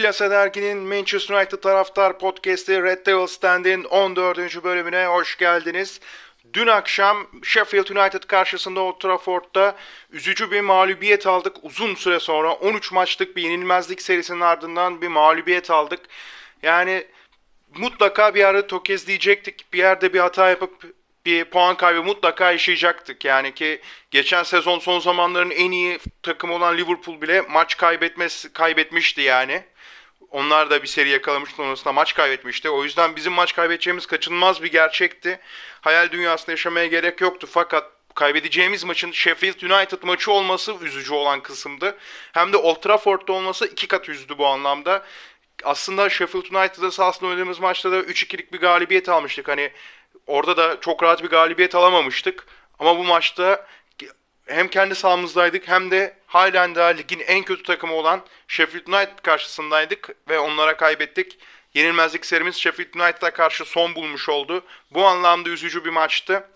Plase Dergi'nin Manchester United taraftar podcast'i Red Devil Stand'in 14. bölümüne hoş geldiniz. Dün akşam Sheffield United karşısında Old Trafford'da üzücü bir mağlubiyet aldık. Uzun süre sonra 13 maçlık bir yenilmezlik serisinin ardından bir mağlubiyet aldık. Yani mutlaka bir yerde tökezleyecektik. Bir yerde bir hata yapıp bir puan kaybı mutlaka yaşayacaktık. Yani ki geçen sezon son zamanların en iyi takımı olan Liverpool bile maç kaybetmişti yani. Onlar da bir seri yakalamış, sonrasında maç kaybetmişti. O yüzden bizim maç kaybedeceğimiz kaçınılmaz bir gerçekti. Hayal dünyasında yaşamaya gerek yoktu. Fakat kaybedeceğimiz maçın Sheffield United maçı olması üzücü olan kısımdı. Hem de Old Trafford'da olması iki kat üzdü bu anlamda. Aslında Sheffield United'da sahasında oynadığımız maçta da 3-2'lik bir galibiyet almıştık. Hani orada da çok rahat bir galibiyet alamamıştık. Ama bu maçta hem kendi sahamızdaydık hem de halen daha ligin en kötü takımı olan Sheffield United karşısındaydık ve onlara kaybettik. Yenilmezlik serimiz Sheffield United'a karşı son bulmuş oldu. Bu anlamda üzücü bir maçtı.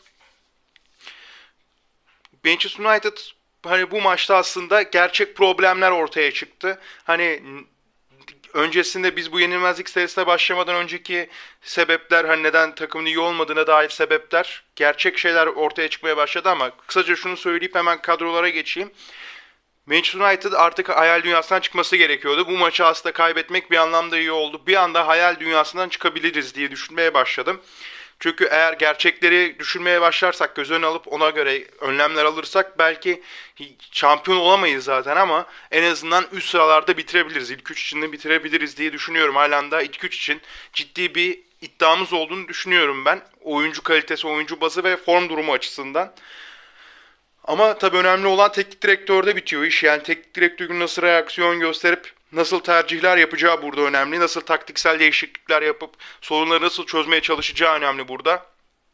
Manchester United hani bu maçta aslında gerçek problemler ortaya çıktı. Hani öncesinde biz bu yenilmezlik serisine başlamadan önceki sebepler, hani neden takımın iyi olmadığına dair sebepler, gerçek şeyler ortaya çıkmaya başladı ama kısaca şunu söyleyip hemen kadrolara geçeyim. Manchester United artık hayal dünyasından çıkması gerekiyordu. Bu maçı aslında kaybetmek bir anlamda iyi oldu. Bir anda hayal dünyasından çıkabiliriz diye düşünmeye başladım. Çünkü eğer gerçekleri düşünmeye başlarsak, göz önüne alıp ona göre önlemler alırsak belki şampiyon olamayız zaten ama en azından üst sıralarda bitirebiliriz. İlk 3 içinde bitirebiliriz diye düşünüyorum. Halen daha ilk 3 için ciddi bir iddiamız olduğunu düşünüyorum ben. Oyuncu kalitesi, oyuncu bazı ve form durumu açısından. Ama tabii önemli olan teknik direktörde bitiyor iş. Yani teknik direktörün nasıl reaksiyon gösterip nasıl tercihler yapacağı burada önemli. Nasıl taktiksel değişiklikler yapıp sorunları nasıl çözmeye çalışacağı önemli burada.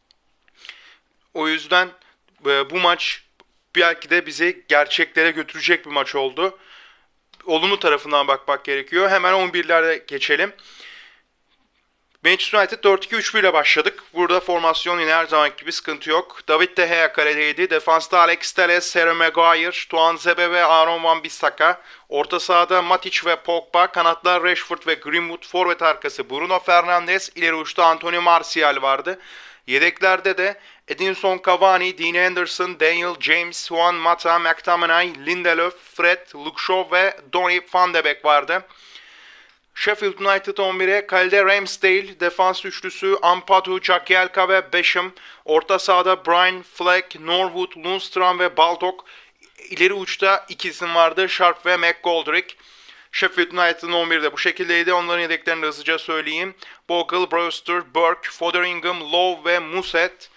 O yüzden bu maç belki de bizi gerçeklere götürecek bir maç oldu. Olumlu tarafından bakmak gerekiyor. Hemen 11'lere geçelim. Manchester United 4-2-3-1 ile başladık. Burada formasyon yine her zamanki gibi sıkıntı yok. David De Gea kaledeydi. Defansta Alex Telles, Harry Maguire, Tuanzebe ve Aaron Wan-Bissaka. Orta sahada Matic ve Pogba. Kanatlar Rashford ve Greenwood. Forvet arkası Bruno Fernandes. İleri uçta Anthony Martial vardı. Yedeklerde de Edinson Cavani, Dean Henderson, Daniel James, Juan Mata, McTominay, Lindelöf, Fred, Luke Shaw ve Donny van de Beek vardı. Sheffield United 11'e kalede Ramsdale, defans üçlüsü Ampadu, Jagielka ve Basham. Orta sahada Brian Fleck, Norwood, Lundstram ve Baldock. İleri uçta iki isim vardı, Sharp ve McGoldrick. Sheffield United'ın 11'de bu şekildeydi. Onların yedeklerini de hızlıca söyleyeyim. Bogle, Brewster, Burke, Fotheringham, Lowe ve Muset.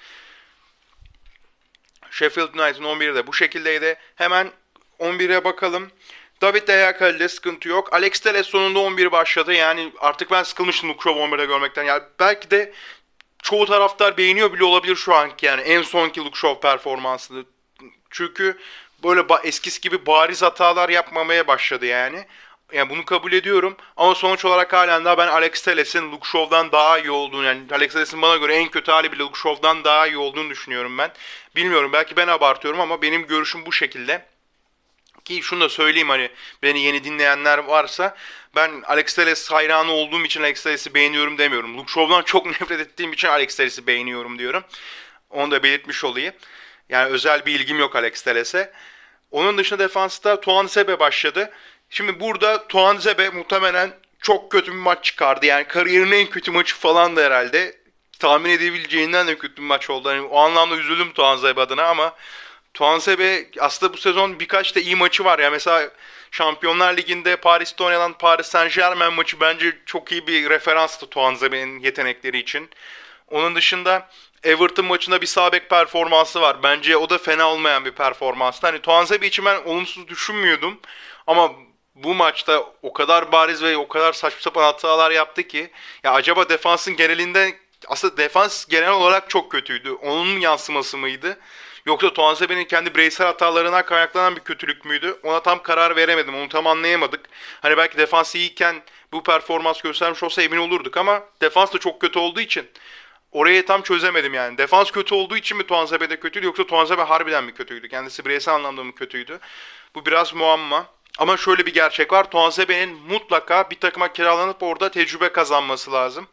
Sheffield United'ın 11'de bu şekildeydi. Hemen 11'e bakalım. David De Gea kalede sıkıntı yok. Alex Telles sonunda 11 başladı. Yani artık ben sıkılmıştım Luke Shaw 11'de görmekten. Yani belki de çoğu taraftar beğeniyor bile olabilir şu anki yani en sonki Luke Shaw performansını. Çünkü böyle eskisi gibi bariz hatalar yapmamaya başladı yani. Yani bunu kabul ediyorum ama sonuç olarak halen daha ben Alex Telles'in Luke Shaw'dan daha iyi olduğunu, yani Alex Telles'in bana göre en kötü hali bile Luke Shaw'dan daha iyi olduğunu düşünüyorum ben. Bilmiyorum, belki ben abartıyorum ama benim görüşüm bu şekilde. Ki şunu da söyleyeyim, hani beni yeni dinleyenler varsa, ben Alex Telles hayranı olduğum için Alex Telles'i beğeniyorum demiyorum. Luke Shaw'dan çok nefret ettiğim için Alex Telles'i beğeniyorum diyorum. Onu da belirtmiş olayım. Yani özel bir ilgim yok Alex Telles'e. Onun dışında defansta Tuanzebe başladı. Şimdi burada Tuanzebe muhtemelen çok kötü bir maç çıkardı. Yani kariyerinin en kötü maçı falan da herhalde. Tahmin edebileceğinden de kötü bir maç oldu. Yani o anlamda üzüldüm Tuanzebe adına ama Tuanzebe aslında bu sezon birkaç da iyi maçı var. Yani mesela Şampiyonlar Ligi'nde Paris'te oynanan Paris Saint-Germain maçı bence çok iyi bir referanstı Tuanzebe'nin yetenekleri için. Onun dışında Everton maçında bir sağ bek performansı var. Bence o da fena olmayan bir performanstı. Hani Tuanzebe için ben olumsuz düşünmüyordum. Ama bu maçta o kadar bariz ve o kadar saçma sapan hatalar yaptı ki, ya acaba defansın genelinde, aslında defans genel olarak çok kötüydü. Onun yansıması mıydı? Yoksa Tuanzebe'nin kendi bireysel hatalarına kaynaklanan bir kötülük müydü? Ona tam karar veremedim. Onu tam anlayamadık. Hani belki defans iyiyken bu performans göstermiş olsa emin olurduk ama defans da çok kötü olduğu için orayı tam çözemedim yani. Defans kötü olduğu için mi Tuanzebe de kötüydü, yoksa Tuanzebe harbiden mi kötüydü? Kendisi bireysel anlamda mı kötüydü? Bu biraz muamma. Ama şöyle bir gerçek var. Tuanzebe'nin mutlaka bir takıma kiralanıp orada tecrübe kazanması lazım.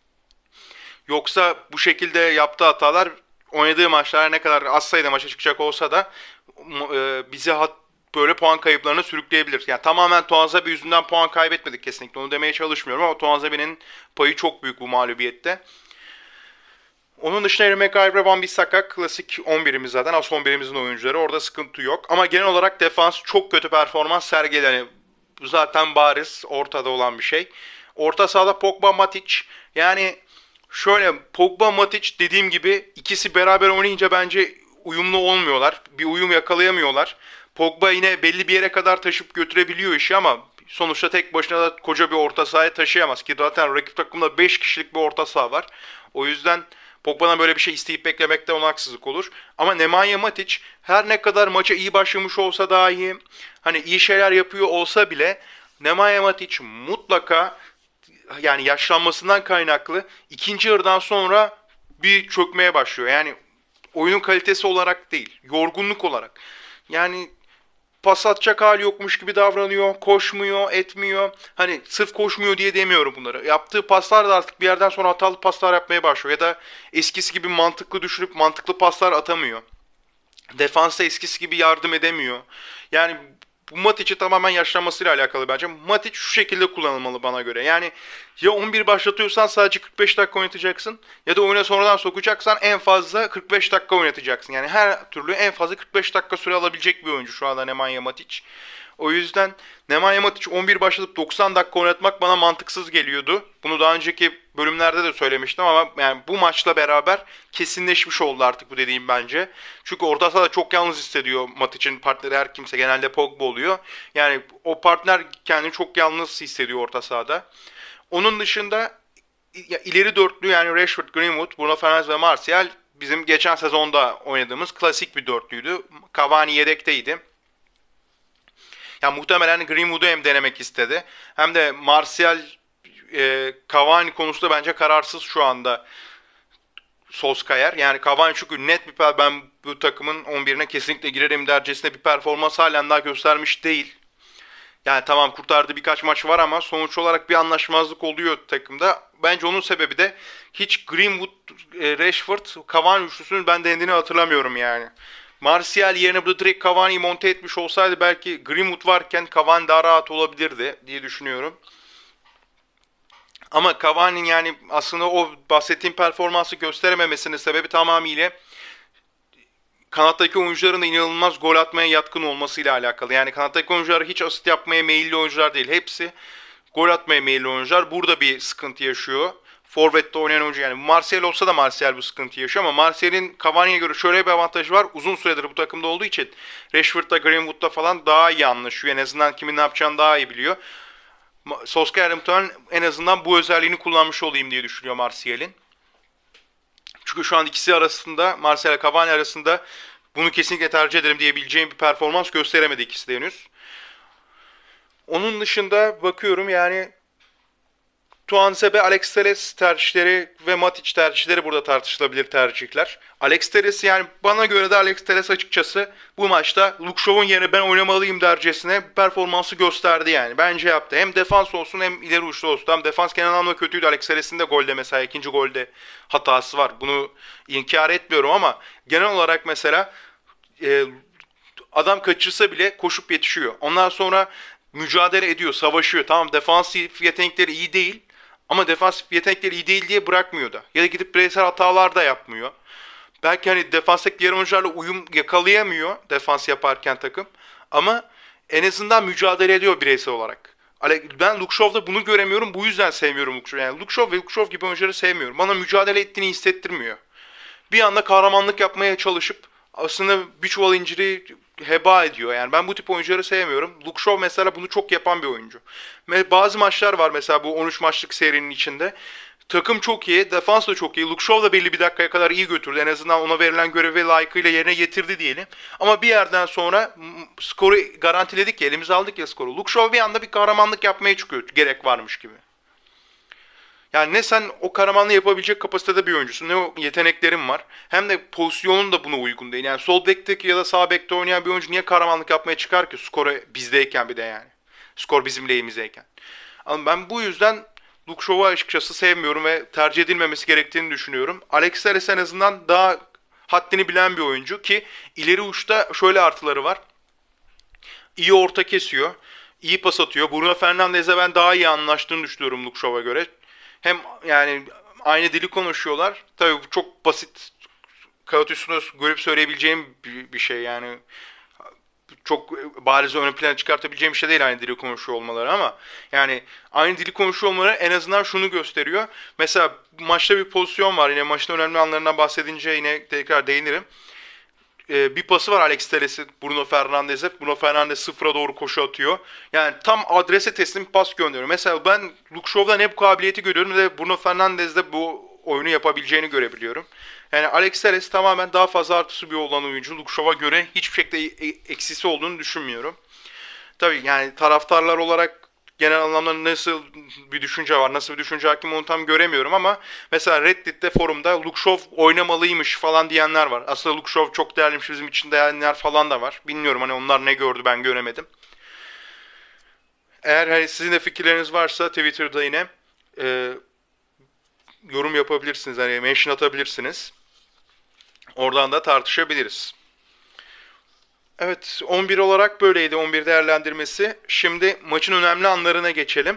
Yoksa bu şekilde yaptığı hatalar oynadığı maçlar ne kadar az sayıda maça çıkacak olsa da bizi böyle puan kayıplarına sürükleyebilir. Yani tamamen Tuanzebe yüzünden puan kaybetmedik kesinlikle. Onu demeye çalışmıyorum ama Tuanzebe'nin payı çok büyük bu mağlubiyette. Onun dışında Harry Maguire ve Wan-Bissaka klasik 11'imiz zaten. As 11'imizin oyuncuları. Orada sıkıntı yok. Ama genel olarak defans çok kötü performans sergileniyor. Bu zaten bariz ortada olan bir şey. Orta sahada Pogba, Matic. Yani şöyle Pogba, Matic dediğim gibi ikisi beraber oynayınca bence uyumlu olmuyorlar. Bir uyum yakalayamıyorlar. Pogba yine belli bir yere kadar taşıp götürebiliyor işi ama sonuçta tek başına da koca bir orta sahaya taşıyamaz ki zaten rakip takımda 5 kişilik bir orta saha var. O yüzden Pogba'dan böyle bir şey isteyip beklemekte ona haksızlık olur. Ama Nemanja Matic her ne kadar maça iyi başlamış olsa dahi hani iyi şeyler yapıyor olsa bile Nemanja Matic mutlaka yani yaşlanmasından kaynaklı ikinci yarıdan sonra bir çökmeye başlıyor. Yani oyunun kalitesi olarak değil, yorgunluk olarak. Yani pas atacak hali yokmuş gibi davranıyor, koşmuyor, etmiyor. Hani sırf koşmuyor diye demiyorum bunları. Yaptığı paslar da artık bir yerden sonra hatalı paslar yapmaya başlıyor. Ya da eskisi gibi mantıklı düşünüp mantıklı paslar atamıyor. Defansa eskisi gibi yardım edemiyor. Yani bu Matic'i tamamen yaşlanmasıyla alakalı bence. Matic şu şekilde kullanılmalı bana göre. Yani ya 11 başlatıyorsan sadece 45 dakika oynatacaksın ya da oyuna sonradan sokacaksan en fazla 45 dakika oynatacaksın. Yani her türlü en fazla 45 dakika süre alabilecek bir oyuncu şu anda Nemanja Matic. O yüzden Nemanja Matic 11 başlatıp 90 dakika oynatmak bana mantıksız geliyordu. Bunu daha önceki bölümlerde de söylemiştim ama yani bu maçla beraber kesinleşmiş oldu artık bu dediğim bence. Çünkü orta sahada çok yalnız hissediyor Matic'in partneri her kimse genelde Pogba oluyor. Yani o partner kendini çok yalnız hissediyor orta sahada. Onun dışında ileri dörtlü yani Rashford, Greenwood, Bruno Fernandes ve Martial bizim geçen sezonda oynadığımız klasik bir dörtlüydü. Cavani yedekteydi. Yani muhtemelen Greenwood'u hem denemek istedi. Hem de Martial, Cavani konusunda bence kararsız şu anda Solskjaer. Yani Cavani çünkü net bir ben bu takımın 11'ine kesinlikle girerim dercesine bir performans halen daha göstermiş değil. Yani tamam kurtardığı birkaç maç var ama sonuç olarak bir anlaşmazlık oluyor takımda. Bence onun sebebi de hiç Greenwood, Rashford, Cavani üçlüsünün ben denediğini hatırlamıyorum yani. Martial yerine burada direkt Cavani'yi monte etmiş olsaydı belki Greenwood varken Cavani daha rahat olabilirdi diye düşünüyorum. Ama Cavani'nin yani aslında o bahsettiğim performansı gösterememesinin sebebi tamamıyla kanattaki oyuncuların da inanılmaz gol atmaya yatkın olmasıyla alakalı. Yani kanattaki oyuncular hiç asist yapmaya meyilli oyuncular değil. Hepsi gol atmaya meyilli oyuncular. Burada bir sıkıntı yaşıyor. Forvet'te oynayan oyuncu yani Martial olsa da Martial bu sıkıntı yaşıyor ama Martial'in Cavani'ye göre şöyle bir avantajı var. Uzun süredir bu takımda olduğu için Rashford'da, Greenwood'da falan daha iyi anlaşıyor. En azından kimin ne yapacağını daha iyi biliyor. Solskjaer muhtemelen en azından bu özelliğini kullanmış olayım diye düşünüyor Martial'in. Çünkü şu an ikisi arasında, Martial ile Cavani arasında bunu kesinlikle tercih ederim diyebileceğim bir performans gösteremedi ikisi de henüz. Onun dışında bakıyorum yani Tuanzebe, Alex Telles tercihleri ve Matic tercihleri burada tartışılabilir tercihler. Alex Telles yani bana göre de Alex Telles açıkçası bu maçta Luke Shaw'un yerine ben oynamalıyım dercesine performansı gösterdi yani. Bence yaptı. Hem defans olsun hem ileri uçlu olsun. Hem defans genel anlamda kötüydü. Alex Telles'in de golde mesela ikinci golde hatası var. Bunu inkar etmiyorum ama genel olarak mesela e, adam kaçırsa bile koşup yetişiyor. Ondan sonra mücadele ediyor, savaşıyor. Tamam defansif yetenekleri iyi değil ama defansif yetenekleri iyi değil diye bırakmıyor da. Ya da gidip bireysel hatalar da yapmıyor. Belki hani defanstaki diğer oyuncularla uyum yakalayamıyor defans yaparken takım. Ama en azından mücadele ediyor bireysel olarak. Ben Luke Shaw'da bunu göremiyorum. Bu yüzden sevmiyorum Luke Shaw. Yani Luke Shaw ve Luke Shaw gibi oyuncuları sevmiyorum. Bana mücadele ettiğini hissettirmiyor. Bir anda kahramanlık yapmaya çalışıp aslında bir çuval inciri heba ediyor. Yani ben bu tip oyuncuları sevmiyorum. Luke Shaw mesela bunu çok yapan bir oyuncu. Bazı maçlar var mesela bu 13 maçlık serinin içinde. Takım çok iyi, defans da çok iyi. Luke Shaw da belli bir dakikaya kadar iyi götürdü. En azından ona verilen görevi layıkıyla yerine getirdi diyelim. Ama bir yerden sonra skoru garantiledik ya, elimize aldık ya skoru. Luke Shaw bir anda bir kahramanlık yapmaya çıkıyor gerek varmış gibi. Yani ne sen o Karaman'la yapabilecek kapasitede bir oyuncusun, ne o yeteneklerin var. Hem de pozisyonun da buna uygun değil. Yani sol bekteki ya da sağ bekte oynayan bir oyuncu niye Karamanlık yapmaya çıkar ki? Skoru bizdeyken bir de yani. Skor bizim lehimizdeyken. Ama ben bu yüzden Luke Shaw'u açıkçası sevmiyorum ve tercih edilmemesi gerektiğini düşünüyorum. Alex Telles en azından daha haddini bilen bir oyuncu ki ileri uçta şöyle artıları var. İyi orta kesiyor, iyi pas atıyor. Bruno Fernandes'le ben daha iyi anlaştığını düşünüyorum Luke Shaw'a göre. Hem yani aynı dili konuşuyorlar. Tabii bu çok basit, kağıt üstünde görüp söyleyebileceğim bir şey yani. Çok bariz ön plana çıkartabileceğim bir şey değil aynı dili konuşuyor olmaları ama yani aynı dili konuşuyor olmaları en azından şunu gösteriyor. Mesela maçta bir pozisyon var, yine maçın önemli anlarından bahsedince yine tekrar değinirim. Bir pası var Alex Telles'in Bruno Fernandes'e. Bruno Fernandes sıfıra doğru koşu atıyor. Yani tam adrese teslim bir pas gönderiyor. Mesela ben Luke Shaw'dan hep bu kabiliyeti görüyorum ve Bruno Fernandes'de bu oyunu yapabileceğini görebiliyorum. Yani Alex Telles tamamen daha fazla artısı bir olan oyuncu. Luke Shaw'a göre hiçbir şekilde eksisi olduğunu düşünmüyorum. Tabii yani taraftarlar olarak genel anlamda nasıl bir düşünce var, nasıl bir düşünce hakim onu tam göremiyorum ama mesela Reddit'te forumda Luke Shaw oynamalıymış falan diyenler var. Aslında Luke Shaw çok değerliymiş bizim için diyenler falan da var. Bilmiyorum hani onlar ne gördü ben göremedim. Eğer hani sizin de fikirleriniz varsa Twitter'da yine e, yorum yapabilirsiniz. Hani mention atabilirsiniz. Oradan da tartışabiliriz. Evet, 11 olarak böyleydi 11 değerlendirmesi. Şimdi maçın önemli anlarına geçelim.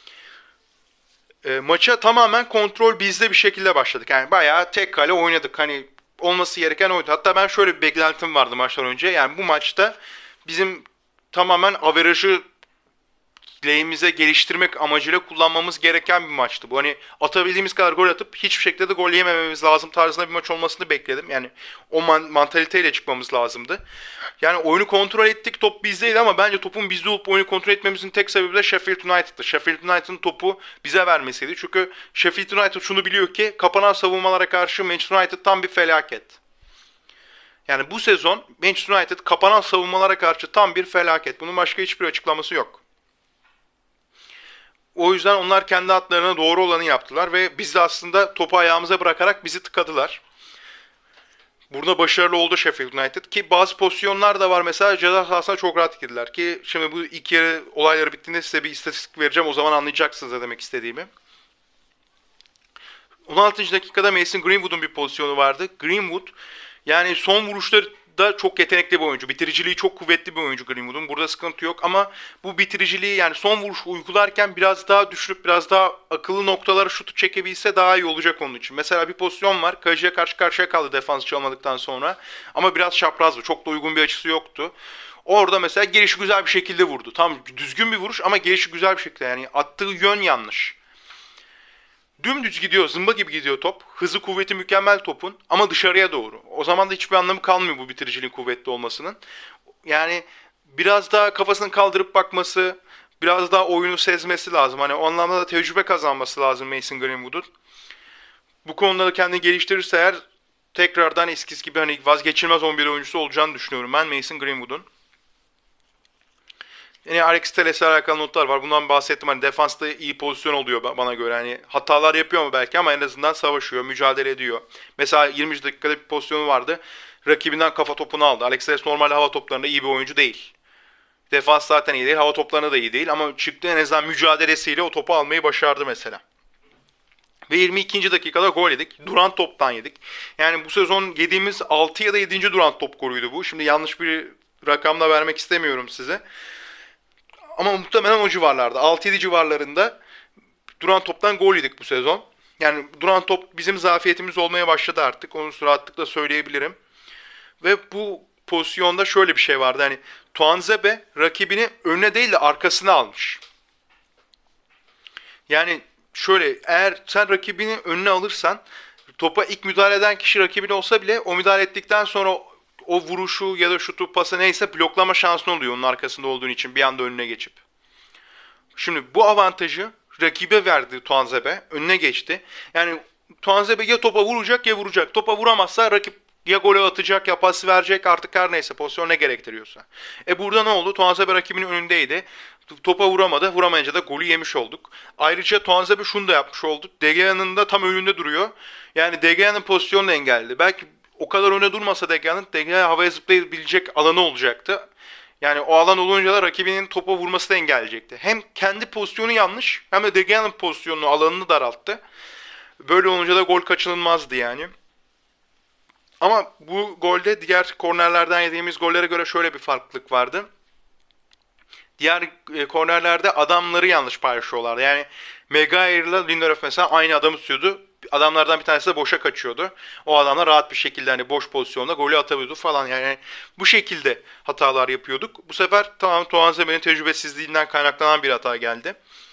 Maça tamamen kontrol bizde bir şekilde başladık. Yani bayağı tek kale oynadık. Hani olması gereken oydu. Hatta ben şöyle bir beklentim vardı maçtan önce. Yani bu maçta bizim tamamen averajı lehimize geliştirmek amacıyla kullanmamız gereken bir maçtı. Bu hani atabildiğimiz kadar gol atıp hiçbir şekilde de gol yemememiz lazım tarzında bir maç olmasını bekledim. Yani o mantaliteyle çıkmamız lazımdı. Yani oyunu kontrol ettik, top bizdeydi ama bence topun bizde olup oyunu kontrol etmemizin tek sebebi de Sheffield United'tı. Sheffield United'ın topu bize vermesiydi. Çünkü Sheffield United şunu biliyor ki kapanan savunmalara karşı Manchester United tam bir felaket. Yani bu sezon Manchester United kapanan savunmalara karşı tam bir felaket. Bunun başka hiçbir açıklaması yok. O yüzden onlar kendi hatlarına doğru olanı yaptılar ve biz de aslında topu ayağımıza bırakarak bizi tıkadılar. Burada başarılı oldu Sheffield United ki bazı pozisyonlar da var mesela ceza sahasına çok rahat girdiler ki şimdi bu ilk yarı olayları bittiğinde size bir istatistik vereceğim o zaman anlayacaksınız ne demek istediğimi. 16. dakikada Mason Greenwood'un bir pozisyonu vardı. Greenwood yani son vuruşları da çok yetenekli bir oyuncu. Bitiriciliği çok kuvvetli bir oyuncu Greenwood'un. Burada sıkıntı yok ama bu bitiriciliği yani son vuruş uygularken biraz daha düşürüp biraz daha akıllı noktalara şutu çekebilse daha iyi olacak onun için. Mesela bir pozisyon var. Kajı'ya karşı karşıya kaldı defans çalmadıktan sonra. Ama biraz çaprazdı. Çok da uygun bir açısı yoktu. Orada mesela gelişi güzel bir şekilde vurdu. Tam düzgün bir vuruş ama gelişi güzel bir şekilde. Yani attığı yön yanlış. Dümdüz gidiyor, zımba gibi gidiyor top. Hızı kuvveti mükemmel topun ama dışarıya doğru. O zaman da hiçbir anlamı kalmıyor bu bitiriciliğin kuvvetli olmasının. Yani biraz daha kafasını kaldırıp bakması, biraz daha oyunu sezmesi lazım. Hani o anlamda da tecrübe kazanması lazım Mason Greenwood'un. Bu konuda da kendini geliştirirse eğer tekrardan eskisi gibi hani vazgeçilmez 11 oyuncusu olacağını düşünüyorum ben Mason Greenwood'un. Yine Alex Telles'le alakalı notlar var. Bundan bahsettim. Hani defansta iyi pozisyon oluyor bana göre. Hani hatalar yapıyor mu belki ama en azından savaşıyor, mücadele ediyor. Mesela 20 dakikada bir pozisyonu vardı. Rakibinden kafa topunu aldı. Alex Telles normalde hava toplarında iyi bir oyuncu değil. Defans zaten iyi değil, hava toplarında da iyi değil ama çıktı en azından mücadelesiyle o topu almayı başardı mesela. Ve 22. dakikada gol yedik. Duran toptan yedik. Yani bu sezon yediğimiz 6 ya da 7. duran top golüydü bu. Şimdi yanlış bir rakamla vermek istemiyorum size. Ama muhtemelen o civarlarda. 6-7 civarlarında duran toptan gol yedik bu sezon. Yani duran top bizim zafiyetimiz olmaya başladı artık. Onu rahatlıkla söyleyebilirim. Ve bu pozisyonda şöyle bir şey vardı. Hani Tuanzebe rakibini önüne değil de arkasına almış. Yani şöyle eğer sen rakibini önüne alırsan topa ilk müdahale eden kişi rakibin olsa bile o müdahale ettikten sonra o vuruşu ya da şutu pası neyse bloklama şansın oluyor onun arkasında olduğun için bir anda önüne geçip. Şimdi bu avantajı rakibe verdi Tuanzebe. Önüne geçti. Yani Tuanzebe ya topa vuracak ya vuracak. Topa vuramazsa rakip ya golü atacak ya pas verecek artık her neyse pozisyon ne gerektiriyorsa. Burada ne oldu? Tuanzebe rakibinin önündeydi. Topa vuramadı. Vuramayınca da golü yemiş olduk. Ayrıca Tuanzebe şunu da yapmış oldu. De Gea'nın da tam önünde duruyor. Yani De Gea'nın pozisyonunu engelledi. Belki o kadar öne durmasa De Gea havaya zıplayabilecek alanı olacaktı. Yani o alan olunca da rakibinin topa vurması da engelleyecekti. Hem kendi pozisyonu yanlış hem de De Gea'nın pozisyonunu, alanını daralttı. Böyle olunca da gol kaçınılmazdı yani. Ama bu golde diğer kornerlerden yediğimiz gollere göre şöyle bir farklılık vardı. Diğer kornerlerde adamları yanlış paylaşıyorlardı. Yani Maguire ile Lindelöf mesela aynı adamı tutuyordu. Adamlardan bir tanesi de boşa kaçıyordu. O adamlar rahat bir şekilde hani boş pozisyonda golü atabiliyordu falan. Yani bu şekilde hatalar yapıyorduk. Bu sefer tamam Tuanzebe'nin tecrübesizliğinden kaynaklanan bir hata geldi.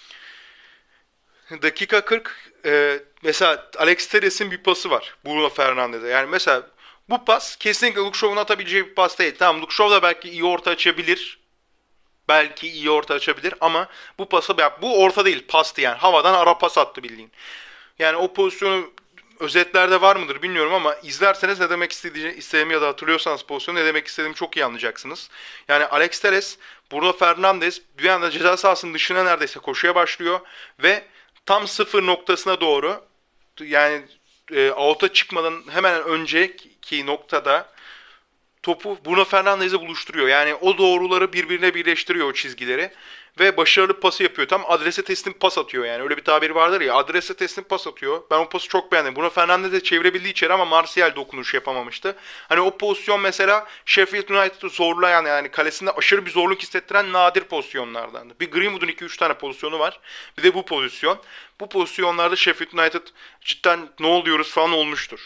Dakika 40 mesela Alex Telles'in bir pası var Bruno Fernandes'e. Yani mesela bu pas kesinlikle Luke Shaw'un atabileceği bir pas değil. Tamam Luke Shaw da belki iyi orta açabilir. Belki iyi orta açabilir ama bu pası bu orta değil pastı yani havadan ara pas attı bildiğin. Yani o pozisyonu özetlerde var mıdır bilmiyorum ama izlerseniz ne demek istediğimi ya da hatırlıyorsanız pozisyonu ne demek istediğimi çok iyi anlayacaksınız. Yani Alex Telles, Bruno Fernandes bir anda ceza sahasının dışına neredeyse koşuya başlıyor ve tam sıfır noktasına doğru yani out'a çıkmadan hemen önceki noktada topu Bruno Fernandes'e buluşturuyor. Yani o doğruları birbirine birleştiriyor o çizgileri. Ve başarılı pası yapıyor. Tam adrese teslim pas atıyor yani. Öyle bir tabir vardır ya. Adrese teslim pas atıyor. Ben o pası çok beğendim. Bruno Fernandes de çevirebildiği içeri ama Martial dokunuş yapamamıştı. Hani o pozisyon mesela Sheffield United'ı zorlayan yani kalesinde aşırı bir zorluk hissettiren nadir pozisyonlardandı. Bir Greenwood'un 2-3 tane pozisyonu var. Bir de bu pozisyon. Bu pozisyonlarda Sheffield United cidden ne oluyoruz falan olmuştur.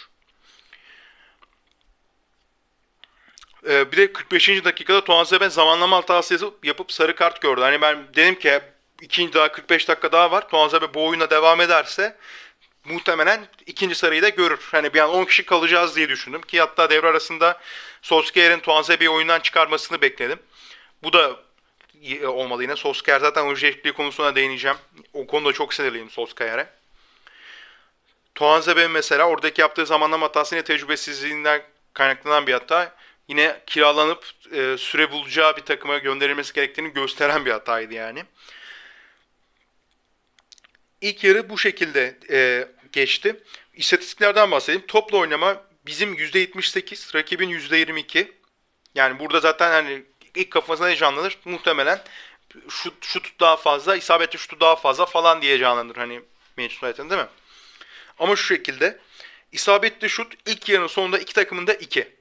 Bir de 45. dakikada Tuanzebe zamanlama hatası yapıp sarı kart gördü. Hani ben dedim ki ikinci daha 45 dakika daha var. Tuanzebe bu oyuna devam ederse muhtemelen ikinci sarıyı da görür. Hani bir an 10 kişi kalacağız diye düşündüm ki hatta devre arasında Solskjaer'in Tuanzebe'yi oyundan çıkarmasını bekledim. Bu da olmadı yine. Solskjaer zaten oyuncu konusuna değineceğim. O konuda çok sinirliyim Solskjaer'e. Tuanzebe mesela oradaki yaptığı zamanlama hatası yine tecrübesizliğinden kaynaklanan bir hata. Yine kiralanıp süre bulacağı bir takıma gönderilmesi gerektiğini gösteren bir hataydı yani. İlk yarı bu şekilde geçti. İstatistiklerden bahsedeyim. Topla oynama bizim %78, rakibin %22. Yani burada zaten hani ilk kafasına ne canlanır? Muhtemelen şut daha fazla, isabetli şutu daha fazla falan diye canlanır hani Manchester United'ın değil mi? Ama şu şekilde isabetli şut ilk yarının sonunda iki takımın da 2.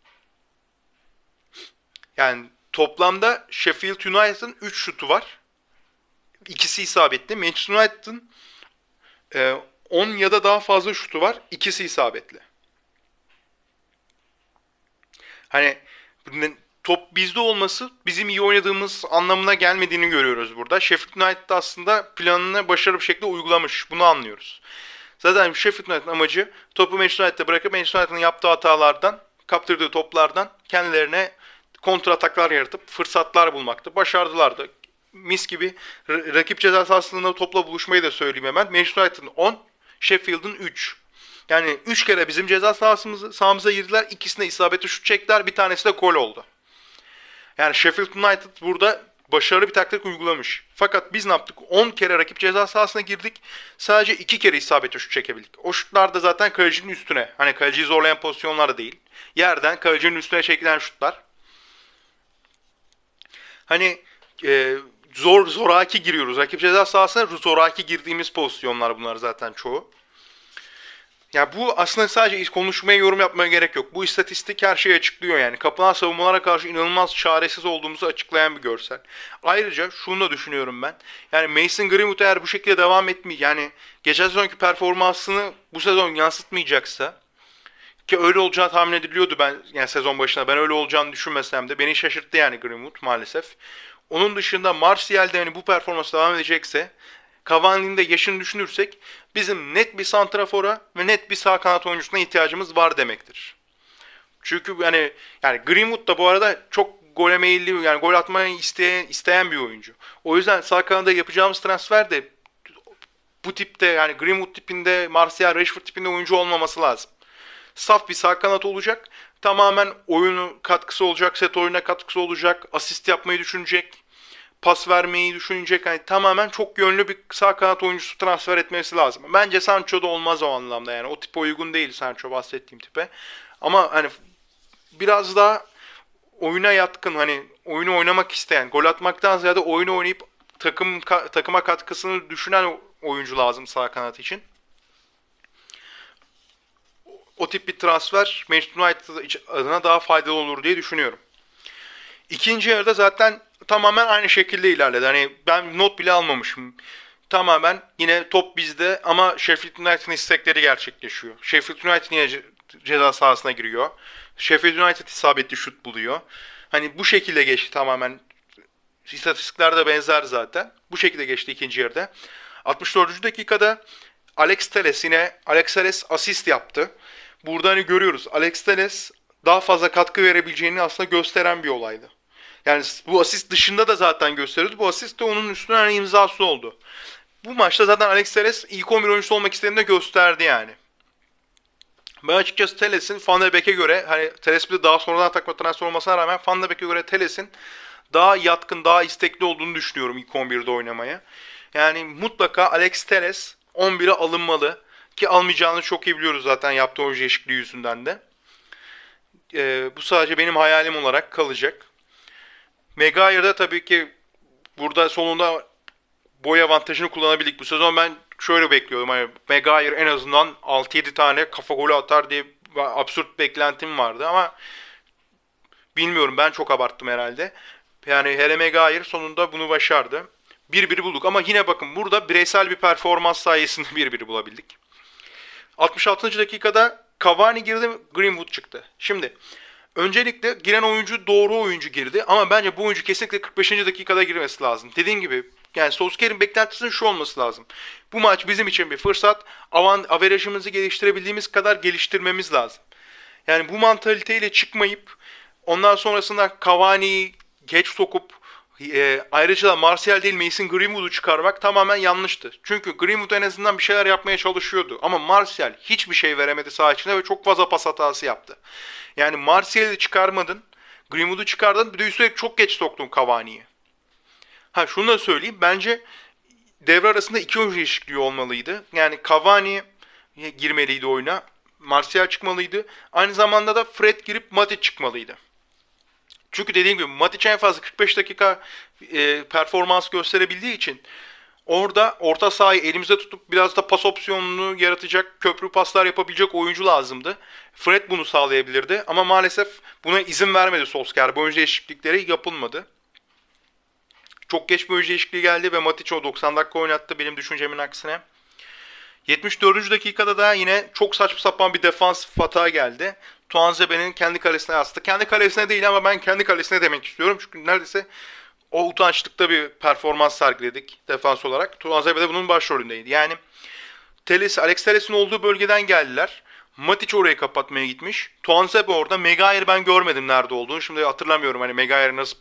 Yani toplamda Sheffield United'ın 3 şutu var. İkisi isabetli. Manchester United'ın 10 ya da daha fazla şutu var. İkisi isabetli. Hani top bizde olması bizim iyi oynadığımız anlamına gelmediğini görüyoruz burada. Sheffield United aslında planını başarılı bir şekilde uygulamış. Bunu anlıyoruz. Zaten Sheffield United'ın amacı topu Manchester United'e bırakıp Manchester United'ın yaptığı hatalardan, kaptırdığı toplardan kendilerine kontra ataklar yaratıp fırsatlar bulmaktı. Başardılar da. Mis gibi rakip ceza sahasında topla buluşmayı da söyleyeyim hemen. Manchester United'ın 10, Sheffield'ın 3. Yani 3 kere bizim ceza sahamıza girdiler. İkisinde isabetli şut çektiler. Bir tanesi de gol oldu. Yani Sheffield United burada başarılı bir taktik uygulamış. Fakat biz ne yaptık? 10 kere rakip ceza sahasına girdik. Sadece 2 kere isabetli şut çekebildik. O şutlar da zaten kalecinin üstüne. Hani kaleciyi zorlayan pozisyonlar da değil. Yerden kalecinin üstüne çekilen şutlar. Hani zoraki giriyoruz. Rakip ceza sahasına zoraki girdiğimiz pozisyonlar bunlar zaten çoğu. Ya bu aslında sadece konuşmaya, yorum yapmaya gerek yok. Bu istatistik her şeyi açıklıyor yani. Kapılan savunmalara karşı inanılmaz çaresiz olduğumuzu açıklayan bir görsel. Ayrıca şunu da düşünüyorum ben. Yani Mason Greenwood eğer bu şekilde devam etmiyor, yani geçen sezonki performansını bu sezon yansıtmayacaksa, ki öyle olacağını tahmin ediliyordu ben yani sezon başında. Ben öyle olacağını düşünmesem de beni şaşırttı yani Greenwood maalesef. Onun dışında Martial'de hani bu performans devam edecekse, Cavani'nin de yaşını düşünürsek bizim net bir santrafora ve net bir sağ kanat oyuncusuna ihtiyacımız var demektir. Çünkü yani Greenwood da bu arada çok gole meyilli yani gol atmayı isteyen bir oyuncu. O yüzden sağ kanada yapacağımız transfer de bu tipte yani Greenwood tipinde, Martial, Rashford tipinde oyuncu olmaması lazım. Saf bir sağ kanat olacak. Tamamen oyunu katkısı olacak, set oyuna katkısı olacak, asist yapmayı düşünecek. pas vermeyi düşünecek. Hani tamamen çok yönlü bir sağ kanat oyuncusu transfer etmesi lazım. Bence Sancho da olmaz o anlamda yani. O tipe uygun değil Sancho, bahsettiğim tipe. Ama hani biraz daha oyuna yatkın, hani oyunu oynamak isteyen, gol atmaktan ziyade oyunu oynayıp takıma katkısını düşünen oyuncu lazım sağ kanat için. O tip bir transfer Manchester United adına daha faydalı olur diye düşünüyorum. İkinci yarıda zaten tamamen aynı şekilde ilerledi. Hani ben not bile almamışım. Tamamen yine top bizde ama Sheffield United'ın istekleri gerçekleşiyor. Sheffield United yine ceza sahasına giriyor. Sheffield United isabetli şut buluyor. Hani bu şekilde geçti tamamen. İstatistikler de benzer zaten. Bu şekilde geçti ikinci yarıda. 64. dakikada Alex Telles asist yaptı. Burada hani görüyoruz. Alex Telles daha fazla katkı verebileceğini aslında gösteren bir olaydı. Yani bu asist dışında da zaten gösteriyordu. Bu asist de onun üstüne hani imzası oldu. Bu maçta zaten Alex Telles ilk 11 oyuncusu olmak istediğini de gösterdi yani. Ben açıkçası Telles'in Van de Beek'e göre, hani Telles bir de daha sonradan takma transfer olmasına rağmen Van de Beek'e göre Telles'in daha yatkın, daha istekli olduğunu düşünüyorum ilk 11'de oynamaya. Yani mutlaka Alex Telles 11'e alınmalı. Ki almayacağını çok iyi biliyoruz zaten yaptığı oyuncu değişikliği yüzünden de. Bu sadece benim hayalim olarak kalacak. Maguire'da tabii ki burada sonunda boy avantajını kullanabildik. Bu sezon ben şöyle bekliyordum. Hani Maguire en azından 6-7 tane kafa golü atar diye absürt beklentim vardı ama bilmiyorum, ben çok abarttım herhalde. Yani Harry Maguire sonunda bunu başardı. 1-1 bulduk ama yine bakın burada bireysel bir performans sayesinde 1-1 bulabildik. 66. dakikada Cavani girdi, Greenwood çıktı. Şimdi öncelikle giren oyuncu doğru oyuncu girdi ama bence bu oyuncu kesinlikle 45. dakikada girmesi lazım. Dediğim gibi yani Solskjaer'in beklentisinin şu olması lazım. Bu maç bizim için bir fırsat. Averajımızı geliştirebildiğimiz kadar geliştirmemiz lazım. Yani bu mantaliteyle çıkmayıp ondan sonrasında Cavani'yi geç sokup ayrıca da Martial değil Mason Greenwood'u çıkarmak tamamen yanlıştı. Çünkü Greenwood en azından bir şeyler yapmaya çalışıyordu. Ama Martial hiçbir şey veremedi saha içinde ve çok fazla pas hatası yaptı. Yani Martial'i çıkarmadın, Greenwood'u çıkardın, bir de üstelik çok geç soktun Cavani'yi. Ha şunu da söyleyeyim, bence devre arasında iki oyuncu değişikliği olmalıydı. Yani Cavani girmeliydi oyuna, Martial çıkmalıydı. Aynı zamanda da Fred girip Matic çıkmalıydı. Çünkü dediğim gibi Matic en fazla 45 dakika performans gösterebildiği için orada orta sahayı elimizde tutup biraz da pas opsiyonunu yaratacak, köprü paslar yapabilecek oyuncu lazımdı. Fred bunu sağlayabilirdi ama maalesef buna izin vermedi Solskjaer. Bu oyuncu değişiklikleri yapılmadı. Çok geç bir oyuncu değişikliği geldi ve Matic o 90 dakika oynattı benim düşüncemin aksine. 74. dakikada da yine çok saçma sapan bir defans hata geldi. Tuanzebe'nin kendi kalesine astı. Kendi kalesine değil ama ben kendi kalesine demek istiyorum. Çünkü neredeyse o utançlıkta bir performans sergiledik defans olarak. Tuanzebe de bunun başrolündeydi. Yani Alex Telles'in olduğu bölgeden geldiler. Matic orayı kapatmaya gitmiş. Tuanzebe orada. Maguire ben görmedim nerede olduğunu. Şimdi hatırlamıyorum hani Maguire nasıl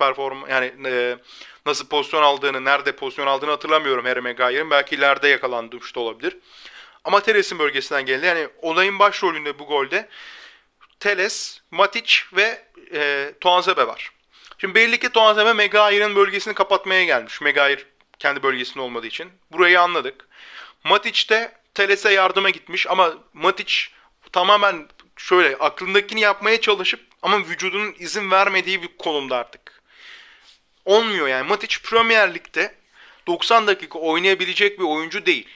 nasıl pozisyon aldığını, nerede pozisyon aldığını hatırlamıyorum Harry Maguire'ın. Belki ileride yakalanmış da olabilir. Ama Telles'in bölgesinden geldi. Yani olayın başrolünde bu golde Telles, Matic ve Tuanzebe var. Şimdi belli ki Tuanzebe Maguire'ın bölgesini kapatmaya gelmiş. Maguire kendi bölgesinde olmadığı için. Burayı anladık. Matic de Telles'e yardıma gitmiş ama Matic tamamen şöyle aklındakini yapmaya çalışıp ama vücudunun izin vermediği bir konumda artık. Olmuyor yani. Matic Premier Lig'de 90 dakika oynayabilecek bir oyuncu değil.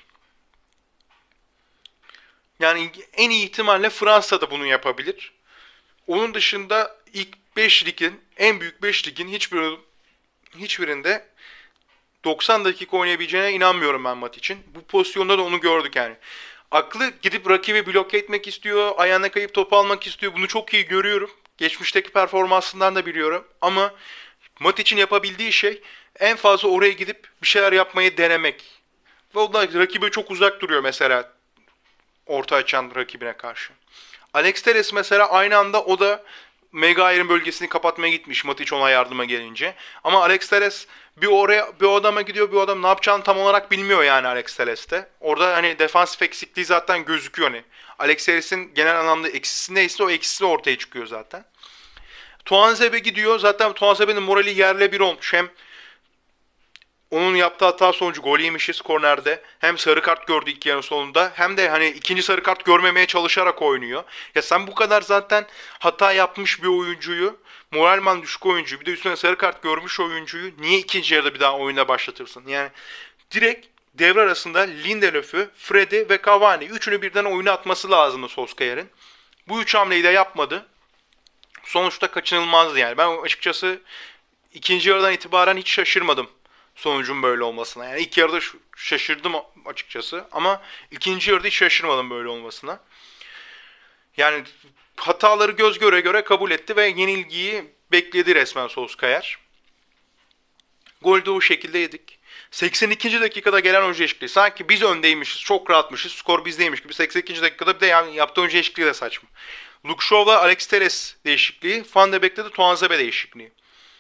Yani en iyi ihtimalle Fransa'da bunu yapabilir. Onun dışında ilk 5 ligin, en büyük 5 ligin hiçbirinde 90 dakika oynayabileceğine inanmıyorum ben Matic'in. Bu pozisyonda da onu gördük yani. Aklı gidip rakibi bloke etmek istiyor, ayağına kayıp topu almak istiyor. Bunu çok iyi görüyorum. Geçmişteki performansından da biliyorum. Ama Matic'in yapabildiği şey en fazla oraya gidip bir şeyler yapmayı denemek. Ve o da rakibe çok uzak duruyor mesela orta açan rakibine karşı. Alex Telles mesela aynı anda o da Maguire'ın bölgesini kapatmaya gitmiş Matic ona yardıma gelince. Ama Alex Telles bir oraya bir o adama gidiyor, bir o adam ne yapacağını tam olarak bilmiyor yani Alex Telles'te. Orada hani defansif eksikliği zaten gözüküyor hani. Alex Telles'in genel anlamda eksisi neyse o eksisi ortaya çıkıyor zaten. Tuanzebe gidiyor. Zaten Tuanzebe'nin morali yerle bir olmuş. Hem Onun yaptığı hata sonucu gol yemişiz kornerde. Hem sarı kart gördü ilk yarının sonunda hem de hani ikinci sarı kart görmemeye çalışarak oynuyor. Ya sen bu kadar zaten hata yapmış bir oyuncuyu, moralman düşük oyuncuyu, bir de üstüne sarı kart görmüş oyuncuyu niye ikinci yarıda bir daha oyuna başlatırsın? Yani direkt devre arasında Lindelöf'ü, Fred'i ve Cavani üçünü birden oyuna atması lazımdı Solskjaer'in. Bu üç hamleyi de yapmadı. Sonuçta kaçınılmazdı yani. Ben açıkçası ikinci yarıdan itibaren hiç şaşırmadım sonucun böyle olmasına. Yani ilk yarıda şaşırdım açıkçası ama ikinci yarıda hiç şaşırmadım böyle olmasına. Yani hataları göz göre göre kabul etti ve yenilgiyi bekledi resmen Solskjaer. Golü de o şekilde yedik. 82. dakikada gelen oyuncu değişikliği. Sanki biz öndeymişiz, çok rahatmışız, skor bizdeymiş gibi. 82. dakikada bir de yani yaptığı oyuncu değişikliği de saçma. Luke Shaw'la Alex Telles değişikliği, Van de Beek'te de Tuanzebe değişikliği.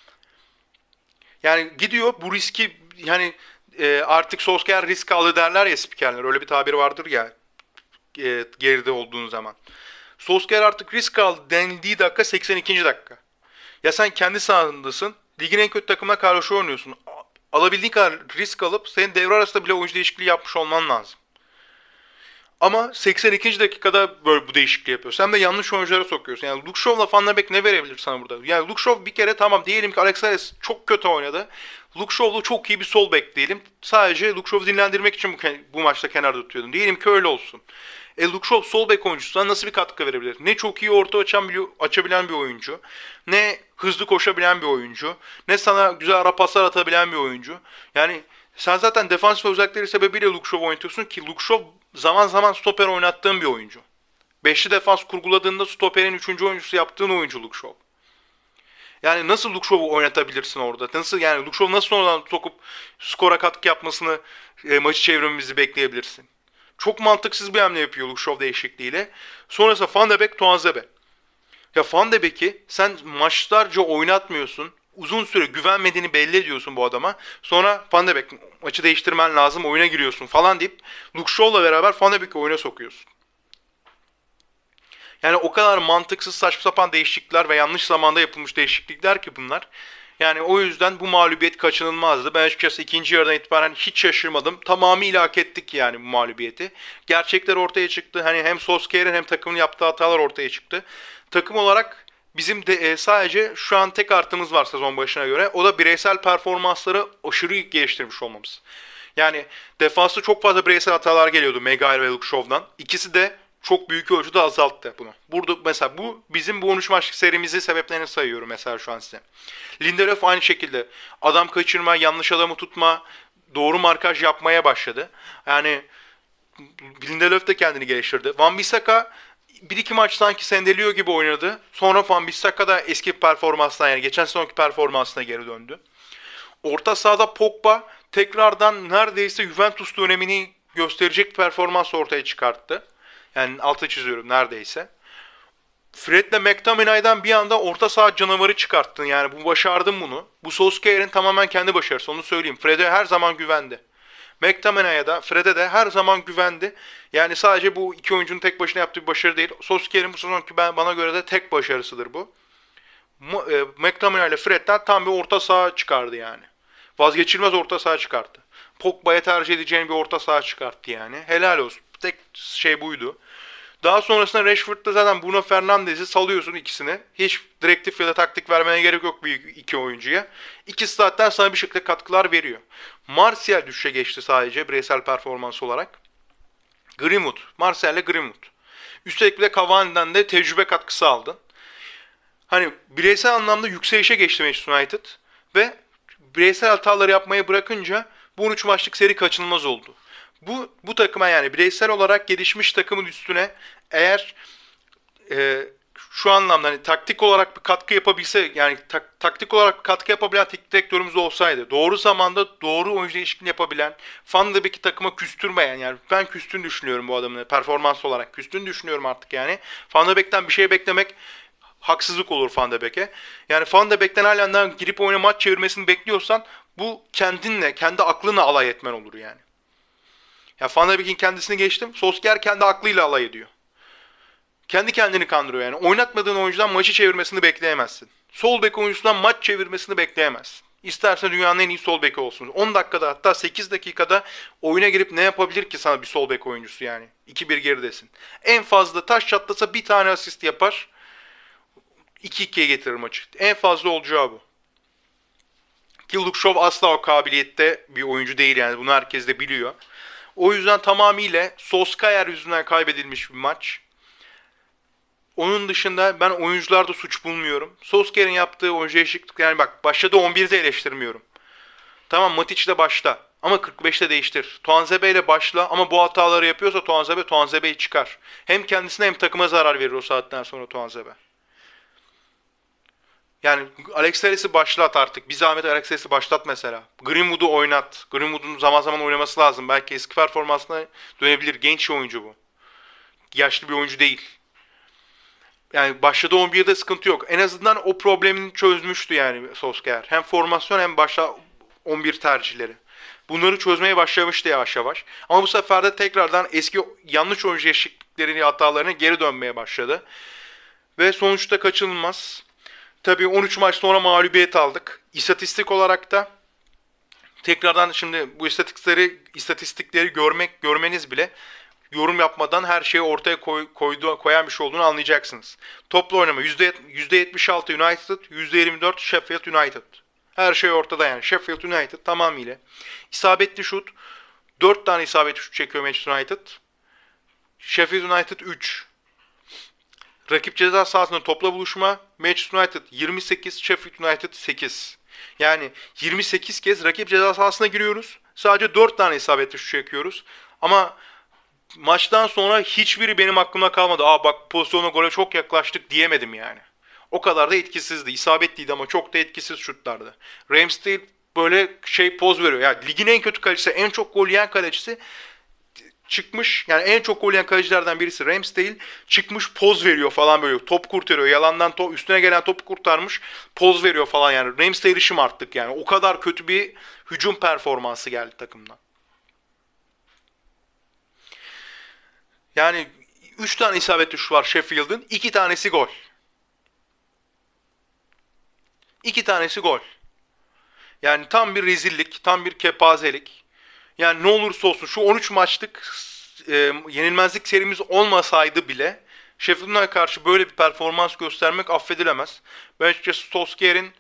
Yani gidiyor bu riski yani artık Solskjaer risk aldı derler ya spikerler. Öyle bir tabir vardır ya geride olduğun zaman. Solskjaer artık risk aldı denildiği dakika 82. dakika. Ya sen kendi sahasındasın. Ligin en kötü takımına karşı oynuyorsun. Alabildiğin kadar risk alıp senin devre arasında bile oyuncu değişikliği yapmış olman lazım. Ama 82. dakikada böyle bu değişikliği yapıyorsun. Hem de yanlış oyunculara sokuyorsun. Yani Luke Shaw'la Van de Beek ne verebilir sana burada? Yani Luke Shaw bir kere tamam diyelim ki Alex Telles çok kötü oynadı. Luke Shaw'lu çok iyi bir sol bek diyelim. Sadece Luke Shaw'u dinlendirmek için bu maçta kenarda tutuyordun. Diyelim ki öyle olsun. Luke Shaw sol bek oyuncusundan nasıl bir katkı verebilir? Ne çok iyi orta açabilen bir oyuncu. Ne hızlı koşabilen bir oyuncu. Ne sana güzel ara paslar atabilen bir oyuncu. Yani sen zaten defans özellikleri sebebiyle Luke Shaw oynatıyorsun ki Luke Shaw zaman zaman stoper oynattığın bir oyuncu. Beşli defans kurguladığında stoperin üçüncü oyuncusu yaptığın oyuncu Luke Shaw. Yani nasıl Luke Shaw'u oynatabilirsin orada? Nasıl yani Luke Shaw nasıl oradan sokup skora katkı yapmasını, maçı çevirmemizi bekleyebilirsin? Çok mantıksız bir hamle yapıyor Luke Shaw değişikliğiyle. Sonrasında Van de Beek, Tuanzebe. Ya Van de Beek'i sen maçlarca oynatmıyorsun. Uzun süre güvenmediğini belli ediyorsun bu adama. Sonra Van de Beek maçı değiştirmen lazım, oyuna giriyorsun falan deyip Luke Shaw'la beraber Van de Beek'i oyuna sokuyorsun. Yani o kadar mantıksız saçma sapan değişiklikler ve yanlış zamanda yapılmış değişiklikler ki bunlar. Yani o yüzden bu mağlubiyet kaçınılmazdı. Ben açıkçası ikinci yarıdan itibaren hiç şaşırmadım. Tamamıyla hak ettik yani bu mağlubiyeti. Gerçekler ortaya çıktı. Hani hem Solskjaer'in hem takımın yaptığı hatalar ortaya çıktı. Takım olarak bizim de sadece şu an tek artımız var sezon başına göre. O da bireysel performansları aşırı geliştirmiş olmamız. Yani defansta çok fazla bireysel hatalar geliyordu Maguire ve Luke Shaw'dan. İkisi de çok büyük ölçüde azalttı bunu. Burada mesela bu bizim bu 13 maçlık serimizi sebeplerini sayıyorum mesela şu an size. Lindelöf aynı şekilde adam kaçırma, yanlış adamı tutma, doğru markaj yapmaya başladı. Yani Lindelöf de kendini geliştirdi. Wan-Bissaka bir iki maç sanki sendeliyor gibi oynadı. Sonra Wan-Bissaka da eski performansına yani geçen sezonki performansına geri döndü. Orta sahada Pogba tekrardan neredeyse Juventus dönemini gösterecek performans ortaya çıkarttı. Yani altı çiziyorum neredeyse. Fred'le McTominay'dan bir anda orta saha canavarı çıkarttın. Yani bu başardın bunu. Bu Solskjaer'in tamamen kendi başarısı onu söyleyeyim. Fred'e her zaman güvendi. McTominay'a da Fred'e de her zaman güvendi. Yani sadece bu iki oyuncunun tek başına yaptığı bir başarı değil. Solskjaer'in bu sezonki bana göre de tek başarısıdır bu. McTominay ile Fred'den tam bir orta saha çıkardı yani. Vazgeçilmez orta saha çıkarttı. Pogba'ya tercih edeceğini bir orta saha çıkarttı yani. Helal olsun. Tek şey buydu. Daha sonrasında Rashford'da zaten Bruno Fernandes'i salıyorsun ikisini. Hiç direktif ya da taktik vermene gerek yok bir iki oyuncuya. İkisi zaten sana bir şekilde katkılar veriyor. Martial düşüşe geçti sadece bireysel performans olarak. Greenwood. Martial ile Greenwood. Üstelik bir de Cavani'den de tecrübe katkısı aldın. Hani bireysel anlamda yükselişe geçti Manchester United. Ve bireysel hataları yapmayı bırakınca bu 13 maçlık seri kaçınılmaz oldu. Bu takıma yani bireysel olarak gelişmiş takımın üstüne eğer şu anlamda hani taktik olarak bir katkı yapabilse yani taktik olarak katkı yapabilen teknik direktörümüz olsaydı doğru zamanda doğru oyuncu değişikliğini yapabilen Van de Beek'i takıma küstürmeyen yani ben küstüğünü düşünüyorum bu adamın performans olarak küstüğünü düşünüyorum artık yani Van de Beek'ten bir şey beklemek haksızlık olur Van de Beek'e. Yani Van de Beek'ten halen girip oyuna maç çevirmesini bekliyorsan bu kendinle kendi aklına alay etmen olur yani. Ya Van de Beek'in kendisini geçtim. Solskjaer kendi aklıyla alay ediyor. Kendi kendini kandırıyor yani. Oynatmadığın oyuncudan maçı çevirmesini bekleyemezsin. Sol bek oyuncusundan maç çevirmesini bekleyemezsin. İsterse dünyanın en iyi sol beki olsun. 10 dakikada hatta 8 dakikada oyuna girip ne yapabilir ki sana bir sol bek oyuncusu yani? 2-1 geridesin. En fazla taş çatlasa bir tane asist yapar. 2-2'ye getirir maçı. En fazla olacağı bu. Ki Luke Shaw asla o kabiliyette bir oyuncu değil yani. Bunu herkes de biliyor. O yüzden tamamıyla Solskjaer yüzünden kaybedilmiş bir maç. Onun dışında ben oyuncularda suç bulmuyorum. Solskjaer'in yaptığı oyuncu değişiklik yani bak başladı 11'de eleştirmiyorum. Tamam Matic de başla ama 45'te değiştir. Tuanzebe ile başla ama bu hataları yapıyorsa Tuanzebe'yi çıkar. Hem kendisine hem takıma zarar verir o saatten sonra Tuanzebe. Yani Alex Telles'i başlat artık. Bir zahmet Alex Telles'i başlat mesela. Greenwood'u oynat. Greenwood'un zaman zaman oynaması lazım. Belki eski performansına dönebilir. Genç bir oyuncu bu. Yaşlı bir oyuncu değil. Yani başladı 11'de sıkıntı yok. En azından o problemini çözmüştü yani Solskjaer. Hem formasyon hem başta 11 tercihleri. Bunları çözmeye başlamıştı yavaş yavaş. Ama bu sefer de tekrardan eski yanlış oyuncu değişikliklerini, hatalarına geri dönmeye başladı. Ve sonuçta kaçınılmaz. Tabii 13 maç sonra mağlubiyet aldık. İstatistik olarak da tekrardan şimdi bu istatistikleri görmeniz bile yorum yapmadan her şeyi ortaya koyan bir şey olduğunu anlayacaksınız. Toplu oynama %76 United, %24 Sheffield United. Her şey ortada yani. Sheffield United tamamıyla. İsabetli şut. 4 tane isabetli şut çekiyor Manchester United. Sheffield United 3. Rakip ceza sahasında topla buluşma. Manchester United 28, Sheffield United 8. Yani 28 kez rakip ceza sahasına giriyoruz. Sadece 4 tane isabetli şut çekiyoruz. Ama maçtan sonra hiçbiri benim aklımda kalmadı. Aa bak pozisyona gole çok yaklaştık diyemedim yani. O kadar da etkisizdi. İsabetliydi ama çok da etkisiz şutlardı. Ramsdale böyle poz veriyor. Yani ligin en kötü kalecisi, en çok gol yiyen kalecisi çıkmış. Yani en çok gol yiyen kalecilerden birisi Ramsdale çıkmış poz veriyor falan böyle. Top kurtarıyor. Yalandan üstüne gelen topu kurtarmış. Poz veriyor falan yani. Ramsdale'i şımarttık yani. O kadar kötü bir hücum performansı geldi takımdan. Yani 3 tane isabetli şut var Sheffield'ın. 2 tanesi gol. 2 tanesi gol. Yani tam bir rezillik, tam bir kepazelik. Yani ne olursa olsun şu 13 maçlık yenilmezlik serimiz olmasaydı bile Sheffield'a karşı böyle bir performans göstermek affedilemez. Ben açıkçası Solskjaer'in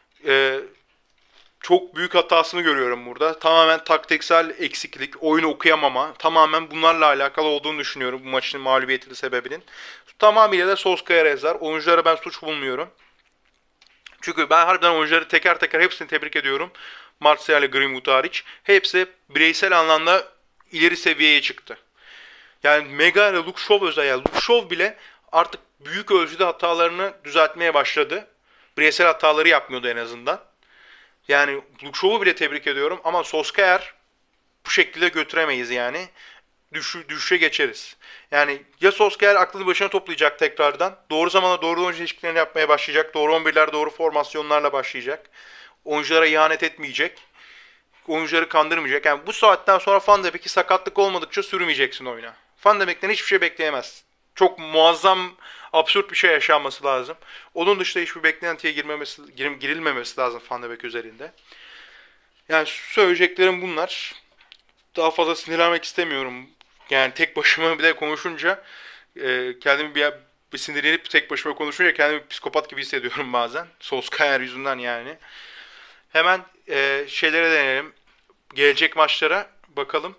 çok büyük hatasını görüyorum burada. Tamamen taktiksel eksiklik, oyunu okuyamama, tamamen bunlarla alakalı olduğunu düşünüyorum bu maçın mağlubiyetinin sebebinin. Tamamıyla da Solskjaer'e yazar. Oyunculara ben suç bulmuyorum. Çünkü ben harbiden oyuncuları teker teker hepsini tebrik ediyorum. Martial ile Greenwood hariç. Hepsi bireysel anlamda ileri seviyeye çıktı. Yani Mega ile Luke Shaw özellikle. Luke Shaw bile artık büyük ölçüde hatalarını düzeltmeye başladı. Bireysel hataları yapmıyordu en azından. Yani Luke Shaw'u bile tebrik ediyorum ama Solskjaer bu şekilde götüremeyiz yani. Düşüşe geçeriz. Yani ya Solskjaer aklını başına toplayacak tekrardan. Doğru zamanda doğru oyuncu değişikliklerini yapmaya başlayacak. Doğru 11'ler, doğru formasyonlarla başlayacak. Oyunculara ihanet etmeyecek. Oyuncuları kandırmayacak. Yani bu saatten sonra Van de Beek'i sakatlık olmadıkça sürmeyeceksin oyuna. Van de Beek'ten hiçbir şey bekleyemezsin. Çok muazzam, absürt bir şey yaşanması lazım. Onun dışında hiçbir beklentiye girilmemesi lazım Van de Beek üzerinde. Yani söyleyeceklerim bunlar. Daha fazla sinirlenmek istemiyorum. Yani tek başıma bir de konuşunca kendimi bir sinirlenip tek başıma konuşunca kendimi psikopat gibi hissediyorum bazen. Solskjaer yüzünden yani. Hemen şeylere deneyelim. Gelecek maçlara bakalım.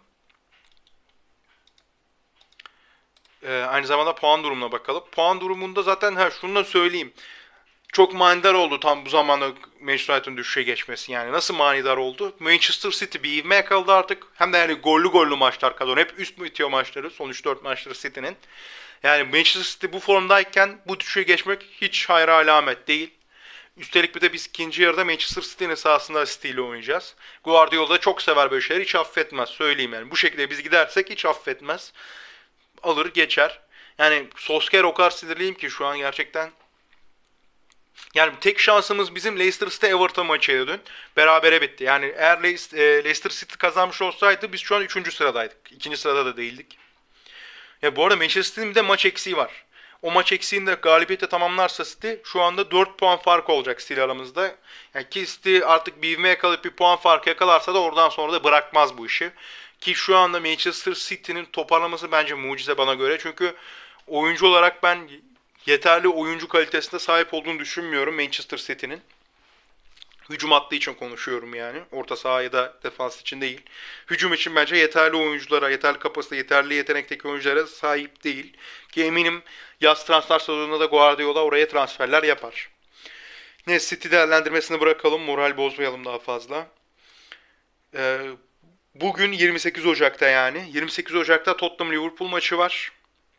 Aynı zamanda puan durumuna bakalım. Puan durumunda zaten şunu da söyleyeyim. Çok manidar oldu tam bu zamanda Manchester United'ın düşüşe geçmesi yani. Nasıl manidar oldu? Manchester City bir ivme yakaladı artık. Hem de yani gollü maçlar kazanıyor. Hep üst bitiyor maçları. Son 3-4 maçları City'nin. Yani Manchester City bu formdayken bu düşüşe geçmek hiç hayra alamet değil. Üstelik bir de biz ikinci yarıda Manchester City'nin sahasında City ile oynayacağız. Guardiola da çok sever böyle şeyleri. Hiç affetmez. Söyleyeyim yani. Bu şekilde biz gidersek hiç affetmez. Alır geçer. Yani Solskjaer o kadar sinirliyim ki şu an gerçekten. Yani tek şansımız bizim Leicester City Everton maçıydı dün. Berabere bitti. Yani eğer Leicester City kazanmış olsaydı biz şu an 3. sıradaydık. 2. sırada da değildik. Ya bu arada Manchester City'nin bir de maç eksiği var. O maç eksiğini de galibiyetle tamamlarsa City şu anda 4 puan fark olacak City aramızda. Yani ki City artık bir ivme yakalayıp bir puan farkı yakalarsa da oradan sonra da bırakmaz bu işi. Ki şu anda Manchester City'nin toparlaması bence mucize bana göre. Çünkü oyuncu olarak ben yeterli oyuncu kalitesine sahip olduğunu düşünmüyorum Manchester City'nin. Hücum hattı için konuşuyorum yani. Orta saha ya da defans için değil. Hücum için bence yeterli oyunculara, yeterli kapasite, yeterli yetenekteki oyunculara sahip değil. Ki eminim yaz transfer sezonunda da Guardiola oraya transferler yapar. Ne City değerlendirmesini bırakalım. Moral bozmayalım daha fazla. Ee, Bugün 28 Ocak'ta yani. 28 Ocak'ta Tottenham-Liverpool maçı var.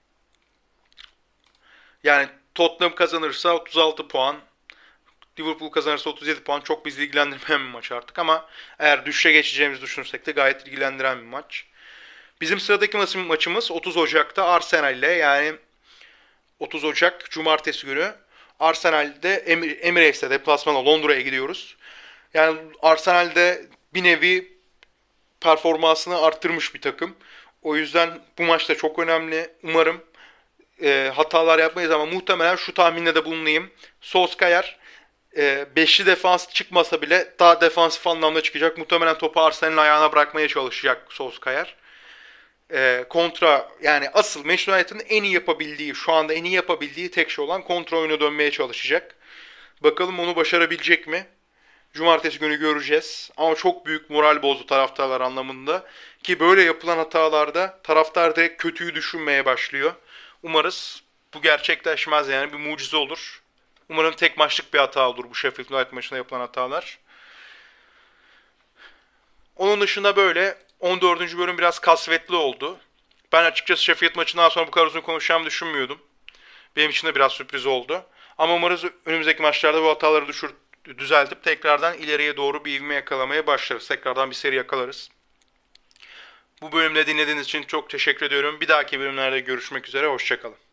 Yani Tottenham kazanırsa 36 puan. Liverpool kazanırsa 37 puan. Çok bizi ilgilendirmeyen bir maç artık ama eğer düşüşe geçeceğimizi düşünürsek de gayet ilgilendiren bir maç. Bizim sıradaki maçımız 30 Ocak'ta Arsenal ile, yani 30 Ocak Cumartesi günü Arsenal'de Emirates'te deplasmana Londra'ya gidiyoruz. Yani Arsenal'de bir nevi performansını arttırmış bir takım. O yüzden bu maçta çok önemli. Umarım hatalar yapmayız ama muhtemelen şu tahminde de bulunayım. Solskjaer beşli defans çıkmasa bile daha defansif anlamda çıkacak. Muhtemelen topu Arsenal'in ayağına bırakmaya çalışacak Solskjaer. Kontra, yani asıl Manchester United'ın en iyi yapabildiği, şu anda en iyi yapabildiği tek şey olan kontra oyuna dönmeye çalışacak. Bakalım onu başarabilecek mi? Cumartesi günü göreceğiz. Ama çok büyük moral bozdu taraftarlar anlamında. Ki böyle yapılan hatalarda taraftar direkt kötüyü düşünmeye başlıyor. Umarız bu gerçekleşmez, yani bir mucize olur. Umarım tek maçlık bir hata olur bu Sheffield United maçında yapılan hatalar. Onun dışında böyle 14. bölüm biraz kasvetli oldu. Ben açıkçası Sheffield maçından sonra bu kadar uzun konuşacağımı düşünmüyordum. Benim için de biraz sürpriz oldu. Ama umarız önümüzdeki maçlarda bu hataları düzeltip tekrardan ileriye doğru bir ivme yakalamaya başlarız. Tekrardan bir seri yakalarız. Bu bölümde dinlediğiniz için çok teşekkür ediyorum. Bir dahaki bölümlerde görüşmek üzere. Hoşçakalın.